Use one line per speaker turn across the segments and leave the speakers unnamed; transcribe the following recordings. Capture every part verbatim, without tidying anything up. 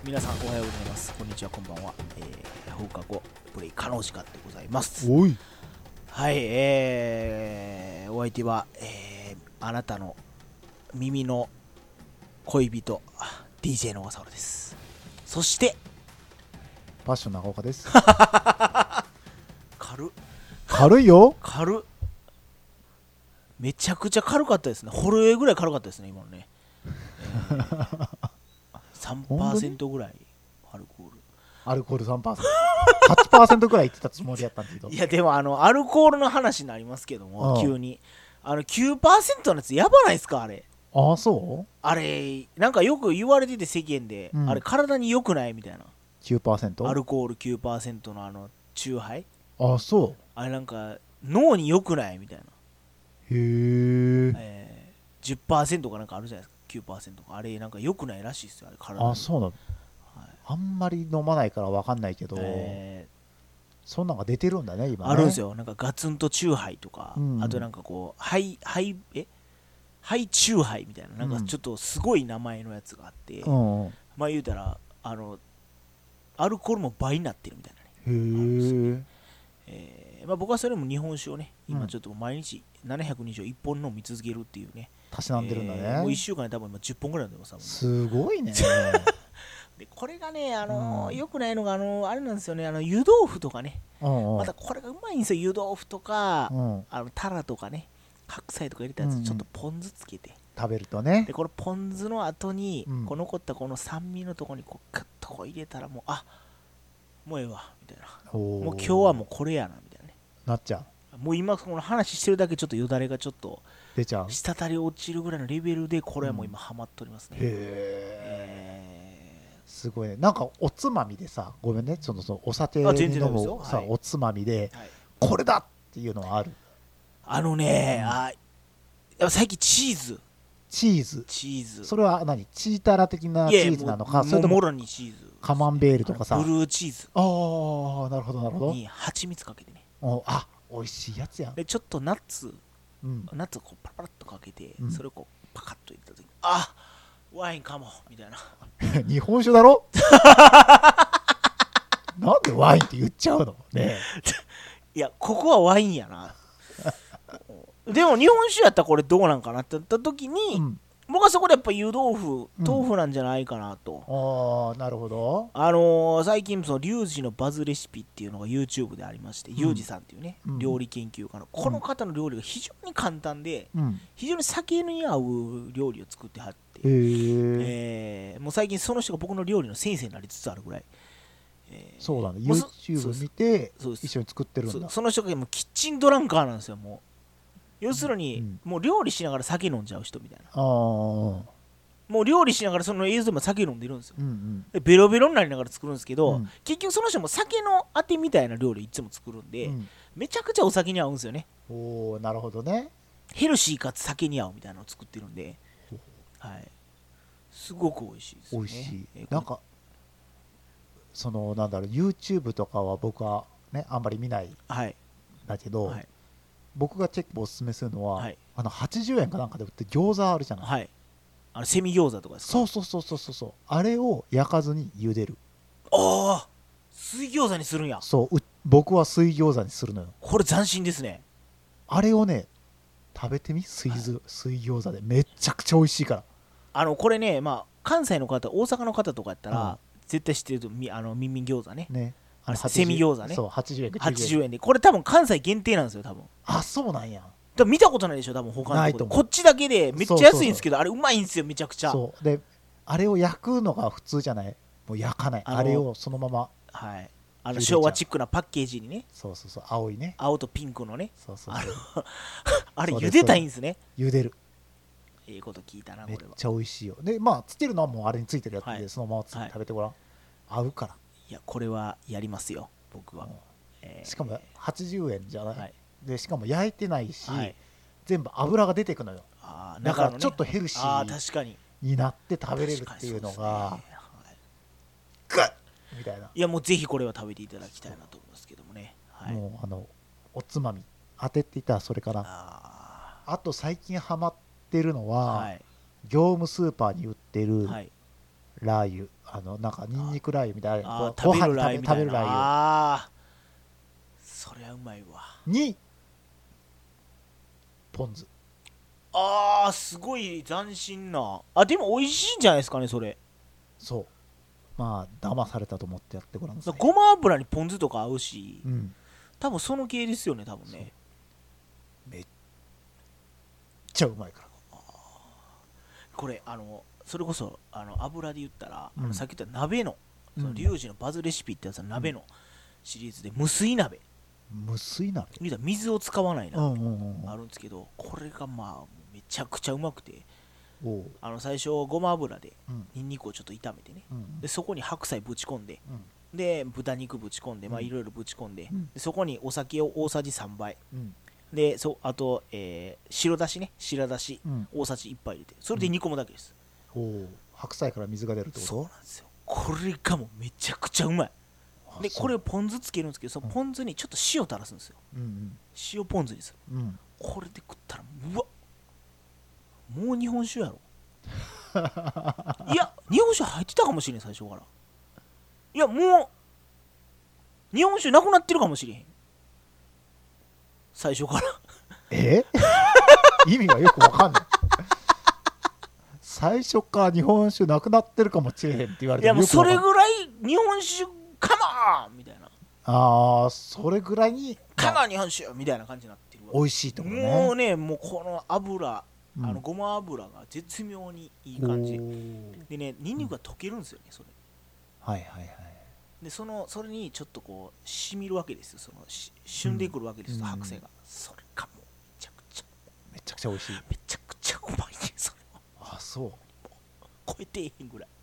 皆さんおはようございます。こんにちは、こんばんは。えー、放課後プレイ可能時間でございます。
おい。
はい、えー、お相手は、えー、あなたの耳の恋人 ディージェー の小笠原です。そして
パッション長岡です
軽っ
軽いよ。
軽っめちゃくちゃ軽かったですね。震えぐらい軽かったですね、今のね、えー、さんパーセント ぐらいアルコール
アルコール さんパーセント はちパーセント ぐらい言ってたつもりやったんだけど。
いやでもあのアルコールの話になりますけども、
うん
急にあの きゅうパーセント のやつやばないですか？あれ
ああ、そう
あれなんかよく言われてて、世間で、
うん
あれ体に良くないみたいな。
きゅうパーセント？
アルコール きゅうパーセント のあのチューハイ、
ああ、そう。
あれなんか脳に良くないみたいな、
へえ。
えー、じゅっパーセント かなんかあるじゃないですか。 きゅうパーセント かあれなんか良くないらしいですよ、あれ体に。
ああ、そうなの、
はい、
あんまり飲まないから分かんないけど、
え
そんなんが出てるんだね今ね。
ー、あるんですよ。なんかガツンとチューハイとか、
うん、
あとなんかこうハイハイえハイチューハイみたいな、なんかちょっとすごい名前のやつがあって、
うん、
まあ言うたらあのアルコールも倍になってるみたいなね。
へえ。
えーまあ、僕はそれも日本酒をね、
うん
今ちょっと毎日ななひゃくにじをいっぽん飲み続けるっていうね。
たしなんでるんだね、
えーもういっしゅうかんで多分今じゅっぽんぐらい飲んでます。
すごいね
でこれがね、あのー
うん、
よくないのが、あのーあれなんですよね、あの湯豆腐とかね、
うんうん、
またこれがうまいんですよ。湯豆腐とか、
うん、
あのタラとかね、白菜とか入れたやつ、
うんうん、
ちょっとポン酢つけて、
食べるとね。
でこのポン酢の後に、
うん、
こう残ったこの酸味のところにこうカッとこう入れたら、もうあもうええわみたいな、
お
もう今日はもうこれやなみたいなね。
なっちゃう。
もう今この話してるだけちょっとよだれがちょっと
出ちゃう。
滴り落ちるぐらいのレベルで、これはもう今ハマっておりますね。
へえ、
え
すごいね。なんかおつまみでさ、ごめんね、そのそのお酒
あ
に飲
全然大丈夫ですよ
むさ、
はい
おつまみで
ーはい、
これだっていうのはある？
あのね、
うん
あやっぱ最近チーズ
チーズ。
チーズ
それは何？チータラ的なチ
いやいや
ーズなのか、
もう
それとも
もうもろにチーズ、
カマンベールとかさ。
あのブルーチーズ
ああ、なるほどなるほど。
に蜂蜜かけてね、
おあ、美味しいやつやん。
でちょっとナッツ
うん。
ナッツをこうパラパラっとかけて、
うん
それをこうパカッと入れた時に、あワインかもみたいな。
日本酒だろなんでワインって言っちゃうのね
いやここはワインやなでも日本酒やったらこれどうなんかなって言った時に、
え。うん。
僕はそこでやっぱ湯豆腐
うん
豆腐なんじゃないかなと、
ああ、なるほど。
あのー、最近そのリュウジのバズレシピっていうのが YouTube でありまして、
ん
ユージさんっていうね、
うん
料理研究家のこの方の料理が非常に簡単で、
うん。
非常に酒に合う料理を作ってはって、
へえ。
えーもう最近その人が僕の料理の先生になりつつあるぐらい、えー
そうだね。
もうそ
YouTube 見て
そうです
一緒に作ってるんだ。
そその人がもうキッチンドランカーなんですよ。もう要するに、
うん
もう料理しながら酒飲んじゃう人みたいな。
ああ。
もう料理しながらその映像でも酒飲んでるんですよ。
うんうん。
でベロベロになりながら作るんですけど、
うん
結局その人も酒のあてみたいな料理いつも作るんで、
うん
めちゃくちゃお酒に合うんですよね。
おお、なるほどね。
ヘルシーかつ酒に合うみたいなのを作ってるんで、はい、すごく美味しいですよね。
美味しい。
えー
なんかそのなんだろう、 YouTube とかは僕はねあんまり見ないん
はい
だけど、
はい
僕が結構おすすめするのは、
はい
あのはちじゅうえんかなんかで売ってる餃子あるじゃない、
はいあのセミ餃子とかですか？
そうそうそうそうそうそう、あれを焼かずに茹でる。
ああ水餃子にするんや。
そうう僕は水餃子にするのよ。
これ斬新ですね。
あれをね食べてみ、水,、
はい
水餃子でめちゃくちゃ美味しいから。
あのこれね、まあ関西の方大阪の方とかやったら、
うん
絶対知ってるとみあのミンミン餃子ね、
ね、
あの
はちじゅう
セミ餃子ね、
そうはちじゅうえんか
はちじゅう
えん。
えんで、これ多分関西限定なんですよ。多分
あ、そうなんや。
多分見たことないでしょ、多分他の
ないと思う
とこで。こっちだけでめっちゃ安いんですけど、あれうまいんですよ、めちゃくちゃ。
そうで、あれを焼くのが普通じゃない。もう焼かない、
あの
あれをそのまま。
はい、あの
入れちゃう
昭和チックなパッケージにね、
そうそうそう、青いね。
青とピンクのね、
そうそう
あ
そう
のあれ
そうです
茹でたいんですね。
茹でる。
ええこと聞いたな、
めっ
これは。
ちゃ美味しいよ。でまあつけるのはもうあれについてるやつで、
はい
そのままつ、
はい
食べてごらん。合うから。
いや、これはやりますよ、僕は。
うん
えー
しかもはちじゅうえんじゃない、
はい
でしかも焼いてないし、
はい、
全部油が出てくのよ。
あー
だから
中のね
ちょっとヘルシ
あー
ー
確かに
になって食べれるっていうの
確かに
が
そうですねはい、
グッみたいな、
いやもうぜひこれは食べていただきたいなと思いますけどもね。はい、
もうあのおつまみ当てって言ったらそれかな。
あ
あと最近ハマってるの
ー
は、
はい
業務スーパーに売ってる、
はい
ラー油、あのなんかニンニクラー油みたいな、
あー
こう
食べるラー油みたいな。
ご飯に食べるラー油
ああそりゃうまいわ。
にポン酢。
あーすごい斬新な。あでも美味しいんじゃないですかねそれ。
そう、まあ騙されたと思ってやってごらんなさい。
ごま油にポン酢とか合うし、
うん、
多分その系ですよね多分ね。
めっちゃうまいから。
これあのそれこそあの油で言ったら、
うん
あのさっき言った鍋の、
うん
そのリュウジのバズレシピってやつは鍋のシリーズで無水鍋、
無水鍋。
言うたら水を使わない鍋、
うんうんうん。
あるんですけど、これがまあめちゃくちゃうまくて、
おう、
あの最初ごま油で
うん
ニンニクをちょっと炒めてね、
うん
でそこに白菜ぶち込んで、
うん
で豚肉ぶち込んで、まあ
うん
いろいろぶち込んで、
うん
でそこにお酒を大さじさんばい
うん
で、そあと、えー白だしね、白だし
うん。
大さじいっぱい入れて、それで煮込むだけです。
おう、白菜から水が出るってこと？
そうなんですよ。これがもうめちゃくちゃうまい。で
あそう
これをポン酢つけるんですけど、そのポン酢にちょっと塩垂らすんですよ。
うん
塩ポン酢にする。
うんうん。
これで食ったらうわもう日本酒やろ。いや日本酒入ってたかもしれん最初から。いやもう日本酒なくなってるかもしれへん最初から。
え意味がよくわかんない。最初から日本酒なくなってるかもしれへんって言われ
いやもうそ
てよくわかんない。
れぐらい日本酒カモンみたいな、
ああ、それぐらいに、
カ
まあ
モン日本酒みたいな感じになってるわ。
美味しいってことね。
もうねもうこの油、
うん
あのごま油が絶妙にいい感じ
おー
でね、ニンニクが溶けるんですよねそれ
はいはいはい。
で、そのそれにちょっとこうしみるわけですよ、そのし旬でくるわけですよ、
うん
白菜が。それがもうめちゃくちゃ
めちゃくちゃ美味しい。
めちゃくちゃうまいね、それは
あ、そう。
超えていへんぐらい。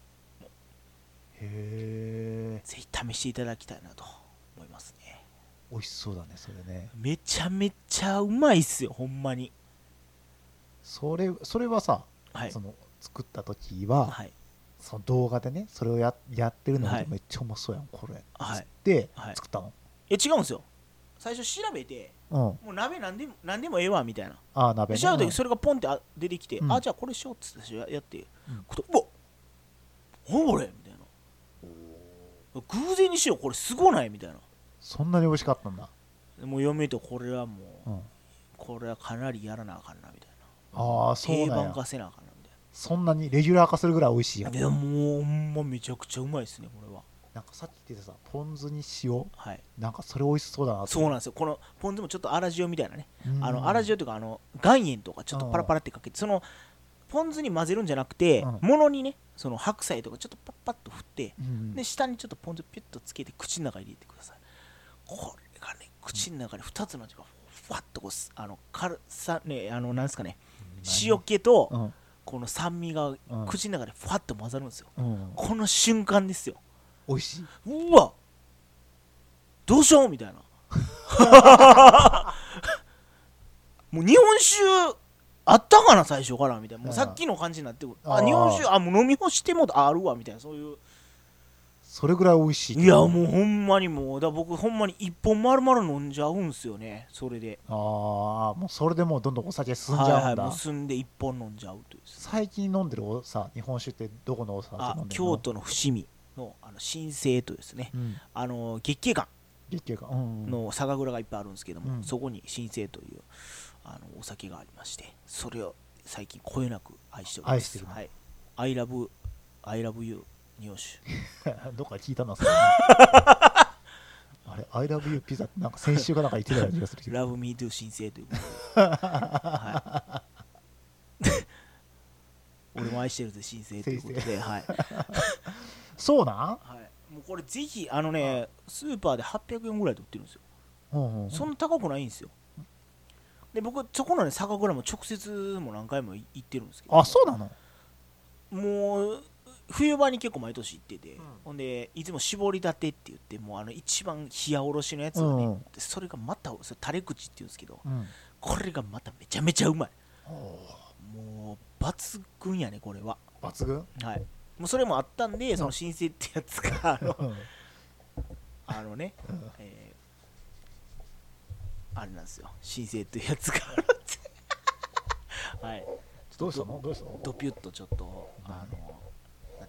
へえ。
ぜひ試していただきたいなと思いますね。
美味しそうだね、それね。
めちゃめちゃうまいっすよほんまに。
それ、それはさ、
はい
その作った時は、
はい
その動画でね、それをややってるの
はい
がめっちゃうまそうやん、これ。
はい
で、
はい
作ったの。
え違うんですよ。最初調べて
うん。
もう鍋なんでもなんでもええわみたいな。
ああ、鍋ね。
で調べ
うん
てそれがポンってあ出てきて、
うん
あじゃあこれしようっつってややって、
うん
ことうわ何これみたいな。偶然にしようこれすごないみたいな。
そんなに美味しかったんだ。
でもう読めとこれはもう、
うん。
これはかなりやらなあかんなみたい
ああ、
な。定
そうなんや。
番化せなあかんなみたい
そんなにレギュラー化するぐらい美味しいやん。
な。いやもうほんまめちゃくちゃうまいですねこれは。
なんかさっき言ってたさ、ポン酢に塩、
はい
なんかそれ美味しそうだなと。
そうなんですよ。このポン酢もちょっと粗塩みたいなね、
うん
あの粗塩というかあの岩塩とかちょっとパラパラってかけて、そのポン酢に混ぜるんじゃなくて、
うん
ものにねその白菜とかちょっとパッパッと振って、
うん
で下にちょっとポン酢ピュッとつけて口の中に入れてください。これがね口の中でふたつの味がふわっとこうすあの軽さねあのなんですかね、塩気と
うん
この酸味が
うん
口の中でふわっと混ざるんですよ。
うん、
この瞬間ですよ。
美味しい。
うわどうしようみたいな。もう日本酒あったかな最初からみたいな。もうさっきの感じになってくる。あ
あー
日本酒あもう飲み干してもあるわみたいな。そういう。
それぐらい美味しい。
いやもうほんまにもうだ僕ほんまに一本丸々飲んじゃうんすよねそれで。
ああ、もうそれでもうどんどんお酒進んじゃうんだ。
はいはい、結んで一本飲んじゃうという。
最近飲んでるおさ日本酒ってどこのお酒飲んで
あ
るの？
京都の伏見のあの新生とですね、
うん、
あの月桂館
月桂か、うんうん、
の酒蔵がいっぱいあるんですけども、
うん
そこに新生というあのお酒がありまして、それを最近こよなく愛しております。
愛してるの
はい、I love I love you 日本酒。
どっかで聞いたなそれあれ I love you ピザってなんか先週かなんか言ってたような気がするけど
Love me do 新生ということで、はい俺も愛してるぜ新生ということで、はい、
そうなん、
はい、もうこれぜひあのねスーパーではっぴゃくえんぐらいで売ってるんですよ。
うんうんうん、
そんな高くないんですよ。で僕そこのね酒蔵も直接も何回も行ってるんですけど、
あ、そうなの？
もう冬場に結構毎年行ってて、
ん
ほんでいつも絞りたてって言ってもうあの一番冷やおろしのやつをね、
うんうん
でそれがまたそれタレ口って言うんですけど、
うん、
これがまためちゃめちゃうまい。
お
もう抜群やねこれは。
ー抜群。
はい。もうそれもあったんで、その新生ってやつがあの
うん
あのね、
うん
えー、あれなんですよ。新生っていうやつがはい。
どうしたの？どうしたの？
ドピュッとちょっとあのなんていうん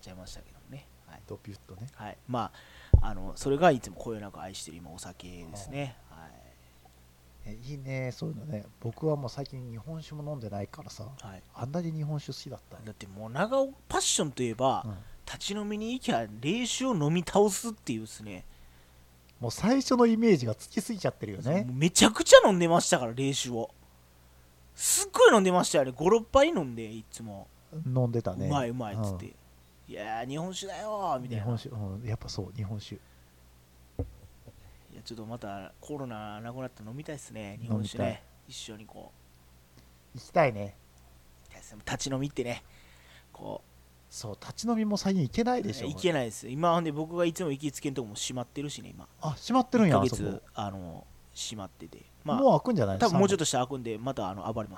ちゃいましたけどね、はい、
ドピュッとね、
はい、まああのそれがいつもこよなく愛してる今お酒ですね、はい、
えいいねそういうのね。僕はもう最近日本酒も飲んでないからさ、
はい、
あんなに日本酒好きだったね。
だってもう長尾パッションといえば、
うん、
立ち飲みに行きゃ冷酒を飲み倒すっていうですね、
もう最初のイメージがつきすぎちゃってるよね。
めちゃくちゃ飲んでましたから冷酒をすっごい飲んでましたよね。ごろっぱい飲んでいつも
飲んでたね。
うまいうまいっつって、
うん、
いやー日本酒だよーみたいな。
日本酒、うん、やっぱそう日本酒。
いやちょっとまたコロナなくなったら飲みたいですね日本酒ね。一緒にこ
う行きたいね。
立ち飲みってねこう
そう立ち飲みも最近行けないでしょ。
行けないです今。ほんで僕がいつも行きつけんとこも閉まってるしね今。
あ閉まってるんや。
いっかげ
あそこ
つあの閉まってて、まあ、
もう開くんじゃない。
多分もうちょっとしたら開くんでまたあの暴れます。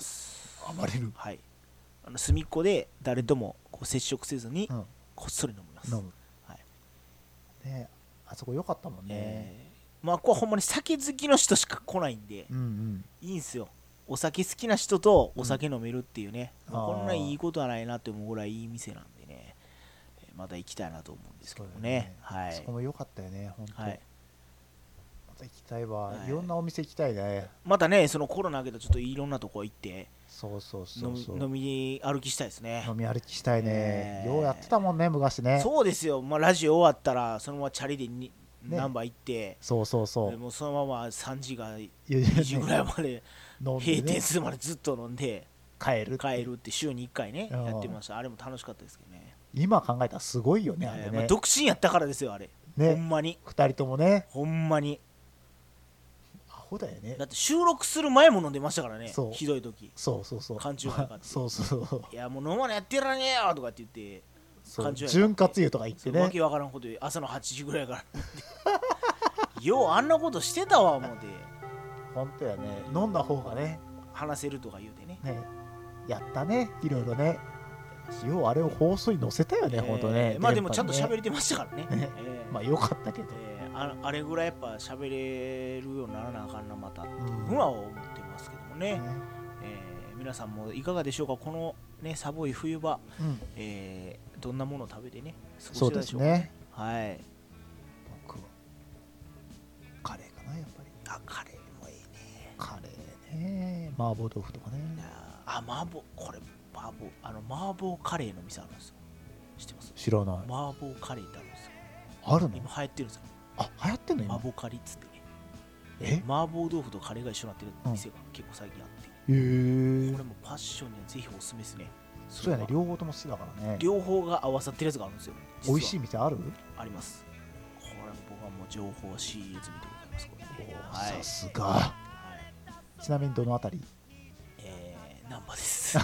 暴れる。
はい、あの隅っこで誰ともこう接触せずに
うん、
こっそり飲みます、
飲む、
はい
ね、あそこ良かったもんね、
えー、まあここはほんまに酒好きの人しか来ないんで、
うんうん、
いいんすよ。お酒好きな人とお酒飲めるっていうね、
うん、
まあ、こんないいことはないなって思うぐらいいい店なんでね、えーまた行きたいなと思うんですけどね。
ね
はい、
そこも良かったよね本当、
はい、
また行きたいわ、
はい、
いろんなお店行きたいね。
またねそのコロナ明けたらちょっといろんなとこ行って
そうそうそうそう、
飲み歩きしたいですね。
飲み歩きしたいね、
えー
ようやってたもんね昔ね。
そうですよ、まあ、ラジオ終わったらそのままチャリでに、
ね、
ナンバー行って、
そうそうそう、
もうそのままさんじがに
ね、
じぐらいまで
飲んでね、
閉店するまでずっと飲んで
帰る
帰るって週にいっかいね
うん
やってました。あれも楽しかったですけどね。
今考えたらすごいよね、あれね、
えーまあ、独身やったからですよあれ、
ね、
ほんまに
ふたりともね、
ほんまに
アホだよね。
だって収録する前も飲んでましたからね。
そう
ひどい時
そうそうそう、
缶チューハイ買って
そうそう
いやもう飲まないやってらねえよとかって言って
そう
缶チューハイ買って
潤滑油とか言ってね、
わけわからんこと言う朝のはちじぐらいからようあんなことしてたわ思って
本当やね、飲んだ方がね、
話せるとか言うてね、
ねやったね、いろいろね、ようあれを放送に載せたよね、
えー
本当ね。
まあでもちゃんと喋
る、
れてましたからね
ね
えー
まあよかったけど、
えーああれぐらいやっぱ喋れるようにならなあかんなまたっていう
うん
ふうは思ってますけどもね、
ね
えー皆さんもいかがでしょうか。このね寒い冬場、
うん、
えーどんなものを食べてね過ご
そうで
してたですしょうかね。
ね。
はい。
僕はカレーかな、やっぱり。
あカレーもいいね。
カレーね、麻婆豆腐とかね。
あ麻婆これ麻婆あの麻婆カレーの店あるんですよ。知ってます？
知らない。
麻婆カレーってあるんですよ。
あるの？
今流行ってるんですよ。
あ、流行ってんの今。
麻婆カリっつってね。
え？
麻婆豆腐とカレーが一緒になってる店が結構最近あって、
へー
これもパッションにはぜひおすすめですね。
そうやね、両方とも好きだからね。
両方が合わさってるやつがあるんですよ。実は
美味しい店ある？
あります。これも僕はもう情報は仕入れ済みでございます。これね、
おー
はい
さすが。
はい
ちなみにどのあたり？
えー、ナンバです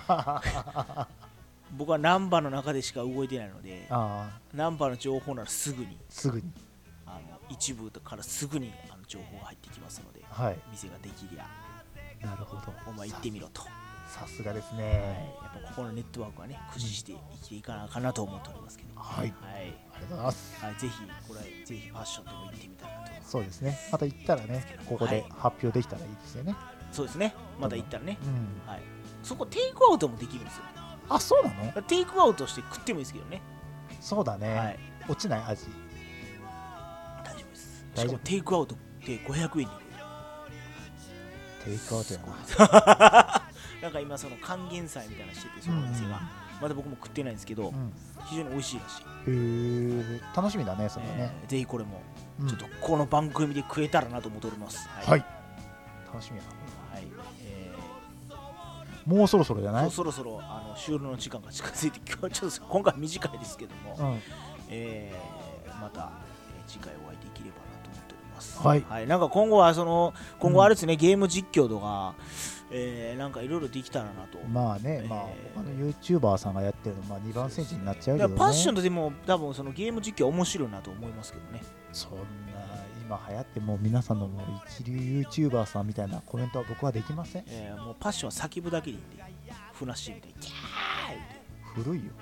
僕はナンバの中でしか動いてないので、
ああ、
ナンバの情報ならすぐに
すぐに。
あの一部からすぐにあの情報が入ってきますので、
はい。
店ができりゃ
なるほど。
お前行ってみろと、は
さすがです
い、
ね。
やっぱここのネットワークはね駆使して生きていかなあかんなと思っておりますけど、
はい。
はい
ありがとうございます。
はい、ぜひこれぜひファッションとも行ってみたいなと。
そうですね。また行ったらね、ここで発表できたらいいですよね。
そうですね、また行ったらね、
うん。
はい、そこテイクアウトもできるんですよ。
あ、そうなの？
テイクアウトして食ってもいいですけどね。
そうだね。
はい、
落ちない味。
大丈夫です。
大丈夫
しかもテイクアウトでごひゃくえんで
テイクアウトやな。
なんか今その還元祭みたいなのしてて、そのお店が、まだ僕も食ってないんですけど、
うん。
非常に美味しいらしい。
へえ、楽しみだね、それはね。
えーぜひこれも
うん
ちょっとこの番組で食えたらなと思っております。
はい。楽しみやな。
はいえ
もうそろそろじゃ
ー
ない？
そろそろあの収録の時間が近づいて、今日はちょっと今回短いですけども、
うん。
えーまた、えー次回お会いできればなと思っております。
はい
なんか今後はその今後あれですね、ゲーム実況とか、えーなんかいろいろできたらなと。
まあね、
えー
まあ他の YouTuber さんがやってるの、まあにばん戦時になっちゃうけどね。
いやパッションとでも多分そのゲーム実況面白いなと思いますけどね。
そんな今流行ってもう皆さんのもう一流 YouTuber さんみたいなコメントは僕はできません。
えーもうパッションは叫ぶだけでいいんで、ふなっしーみたいにキャーって
古いよ。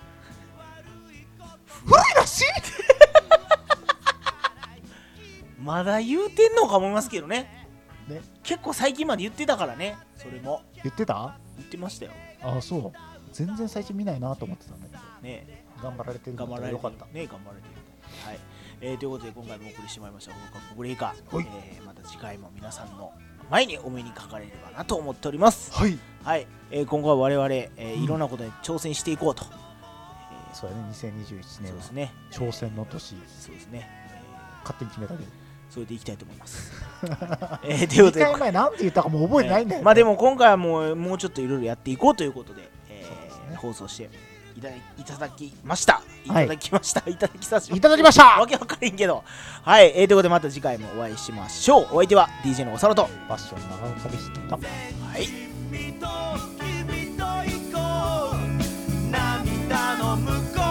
古いらしい
まだ言うてんのか思いますけどね。
ね、
結構最近まで言ってたからね。それも
言ってた？
言ってましたよ
ああ、そう。全然最近見ないなと思ってたんだけど。
ね。
頑張られてるの
頑張られてる
よかった
ね、頑張られてるはい、えー、ということで今回もお送りしてまいりました福岡国霊歌、えー、また次回も皆さんの前にお目にかかれればなと思っております。
はい、
はい、えー、今後は我々、えーうん、いろんなことに挑戦していこうと、
えー、そうやね、にせんにじゅういちねんは
そうですね、
挑戦の年、
そうですね、
えー、勝手に決めたけど
それでいきたいと思います。えー、ということでにかい
まえなんて言ったかもう覚えてないんだよ、ね、
えー、まあでも今回はもうもうちょっといろいろやっていこうということで、えーね、放送していただいただきましたいただきました、はい、いただきさせ
いただきました
わけわかりんけどはい、えー、ということでまた次回もお会いしましょう。お相手は ディージェー のおさらと
ファッション長岡でした。
はい、
君と君と行こう涙の向こう